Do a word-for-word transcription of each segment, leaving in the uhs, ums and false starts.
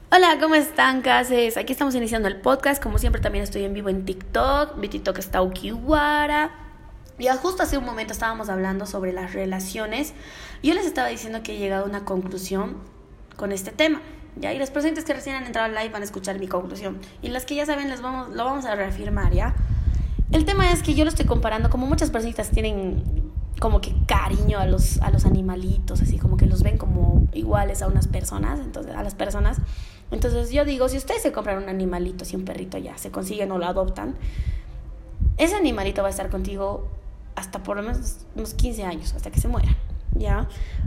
Hola, ¿cómo están, cases? Aquí estamos iniciando el podcast. Como siempre, también estoy en vivo en TikTok. Mi TikTok está Ukiwara. Ya justo hace un momento estábamos hablando sobre las relaciones. Yo les estaba diciendo que he llegado a una conclusión con este tema. ¿Ya? Y los presentes que recién han entrado al live van a escuchar mi conclusión. Y las que ya saben, les vamos, lo vamos a reafirmar, ¿ya? El tema es que yo lo estoy comparando, como muchas personitas tienen como que cariño a los, a los animalitos, así como que los ven como iguales a unas personas, entonces a las personas. Entonces yo digo, si ustedes se compran un animalito, si un perrito ya se consiguen o lo adoptan, ese animalito va a estar contigo hasta por lo menos unos quince años, hasta que se muera, ¿ya?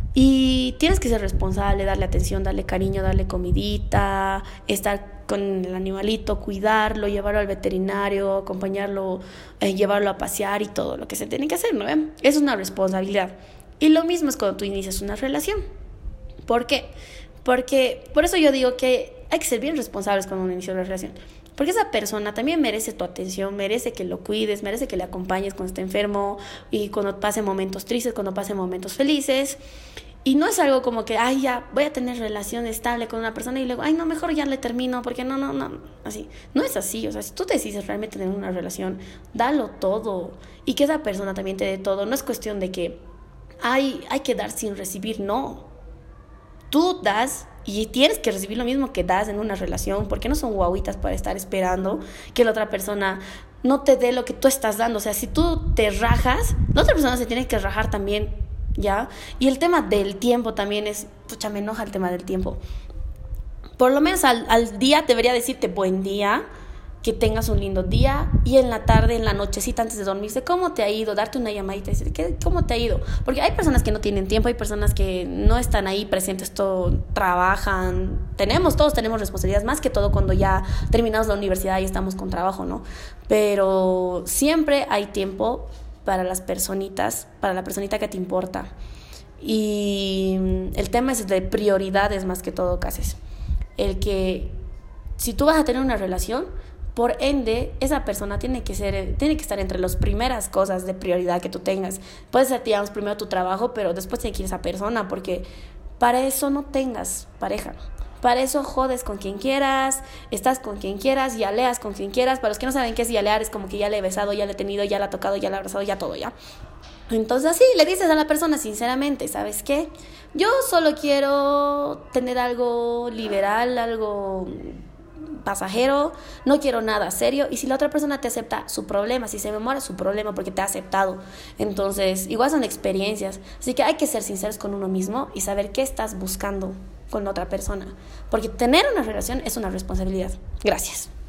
Y tienes que ser responsable, darle atención, darle cariño, darle comidita, estar con el animalito, cuidarlo, llevarlo al veterinario, acompañarlo, eh, llevarlo a pasear y todo lo que se tiene que hacer, ¿no? ¿Eh? Es una responsabilidad. Y lo mismo es cuando tú inicias una relación. ¿Por qué? Porque, por eso yo digo que hay que ser bien responsables cuando uno inicia una relación. Porque esa persona también merece tu atención, merece que lo cuides, merece que le acompañes cuando esté enfermo y cuando pase momentos tristes, cuando pase momentos felices. Y no es algo como que, ay, ya voy a tener relación estable con una persona y luego, ay, no, mejor ya le termino porque no, no, no, así. No es así, o sea, si tú te decides realmente tener una relación, dalo todo y que esa persona también te dé todo. No es cuestión de que, ay, hay que dar sin recibir, no. Tú das y tienes que recibir lo mismo que das en una relación, porque no son guaguitas para estar esperando que la otra persona no te dé lo que tú estás dando. O sea, si tú te rajas, la otra persona se tiene que rajar también, ¿ya? Y el tema del tiempo también es, pucha, me enoja el tema del tiempo. Por lo menos al, al día debería decirte buen día, que tengas un lindo día, y en la tarde, en la nochecita antes de dormirse, ¿cómo te ha ido? Darte una llamadita y decir, ¿qué, ¿cómo te ha ido? Porque hay personas que no tienen tiempo, hay personas que no están ahí presentes, todo, trabajan, tenemos, todos tenemos responsabilidades, más que todo cuando ya terminamos la universidad y estamos con trabajo, ¿no? Pero siempre hay tiempo para las personitas, para la personita que te importa. Y el tema es de prioridades más que todo, Cases. El que si tú vas a tener una relación, por ende, esa persona tiene que ser, tiene que estar entre las primeras cosas de prioridad que tú tengas. Puede ser, digamos, primero tu trabajo, pero después tiene que ir esa persona, porque para eso no tengas pareja. Para eso jodes con quien quieras, estás con quien quieras, yaleas con quien quieras. Para los que no saben qué es yalear, es como que ya le he besado, ya le he tenido, ya le he tocado, ya le he abrazado, ya todo, ya. Entonces así le dices a la persona sinceramente, ¿sabes qué? Yo solo quiero tener algo liberal, algo pasajero, no quiero nada serio. Y si la otra persona te acepta, su problema. Si se me muere, su problema, porque te ha aceptado. Entonces, igual son experiencias. Así que hay que ser sinceros con uno mismo y saber qué estás buscando con la otra persona, porque tener una relación es una responsabilidad. Gracias.